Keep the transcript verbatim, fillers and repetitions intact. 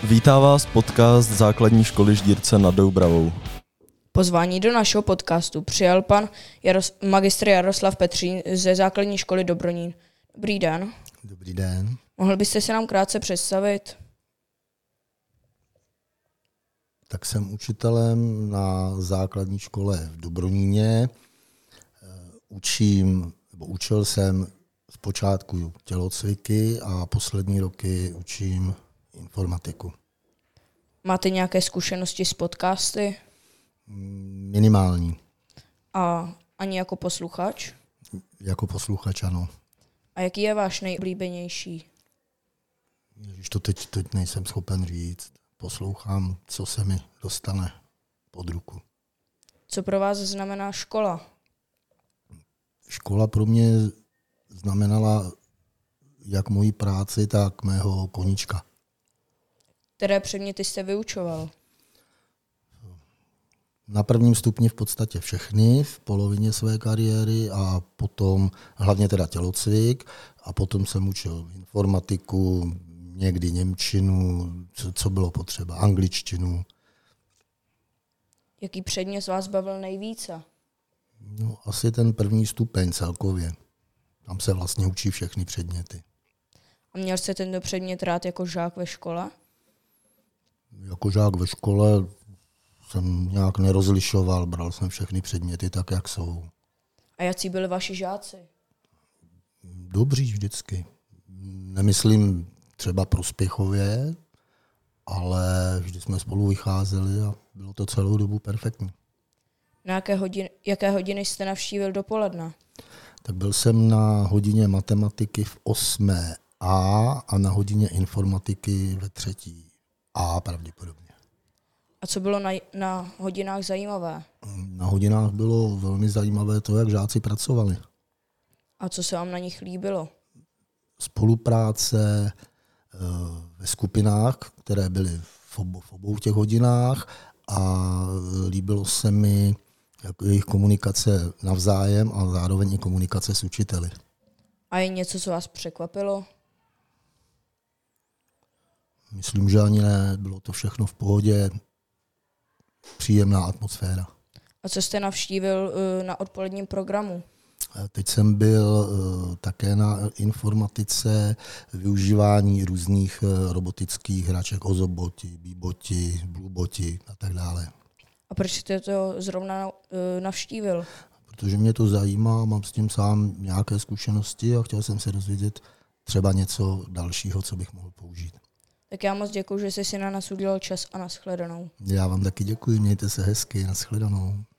Vítá vás podcast Základní školy Ždírce nad Doubravou. Pozvání do našeho podcastu přijal pan Jaros- magistr Jaroslav Petřín ze Základní školy Dobronín. Dobrý den. Dobrý den. Mohl byste se nám krátce představit? Tak jsem učitelem na základní škole v Dobroníně. Učím, nebo učil jsem zpočátku tělocviky a poslední roky učím informatiku. Máte nějaké zkušenosti s podcasty? Minimální. A ani jako posluchač? Jako posluchač, ano. A jaký je váš nejoblíbenější? Ježiš, to teď, teď nejsem schopen říct. Poslouchám, co se mi dostane pod ruku. Co pro vás znamená škola? Škola pro mě znamenala jak moji práci, tak mého koníčka. Které předměty jste vyučoval? Na prvním stupni v podstatě všechny, v polovině své kariéry a potom hlavně teda tělocvik a potom jsem učil informatiku, někdy němčinu, co, co bylo potřeba, angličtinu. Jaký předmět vás bavil nejvíce? No, asi ten první stupeň celkově. Tam se vlastně učí všechny předměty. A měl jste tento předmět rád jako žák ve škole? Jako žák ve škole jsem nějak nerozlišoval, bral jsem všechny předměty tak, jak jsou. A jací byli vaši žáci? Dobří vždycky. Nemyslím třeba prospěchově, ale vždy jsme spolu vycházeli a bylo to celou dobu perfektní. Na jaké hodiny, jaké hodiny jste navštívil dopoledne? Tak byl jsem na hodině matematiky v osmé A a na hodině informatiky ve třetí A pravděpodobně. A co bylo na, na hodinách zajímavé? Na hodinách bylo velmi zajímavé to, jak žáci pracovali. A co se vám na nich líbilo? Spolupráce ve skupinách, které byly v obou, v obou těch hodinách a líbilo se mi jako jejich komunikace navzájem a zároveň i komunikace s učiteli. A je něco, co vás překvapilo? Myslím, že ani ne, bylo to všechno v pohodě, příjemná atmosféra. A co jste navštívil na odpoledním programu? Teď jsem byl také na informatice, využívání různých robotických hraček, Ozoboti, Biboti, Blueboti a tak dále. A proč jste to zrovna navštívil? Protože mě to zajímá, mám s tím sám nějaké zkušenosti a chtěl jsem se dozvědět třeba něco dalšího, co bych mohl použít. Tak já moc děkuji, že jste si na nás udělal čas a nashledanou. Já vám taky děkuji, mějte se hezky, nashledanou.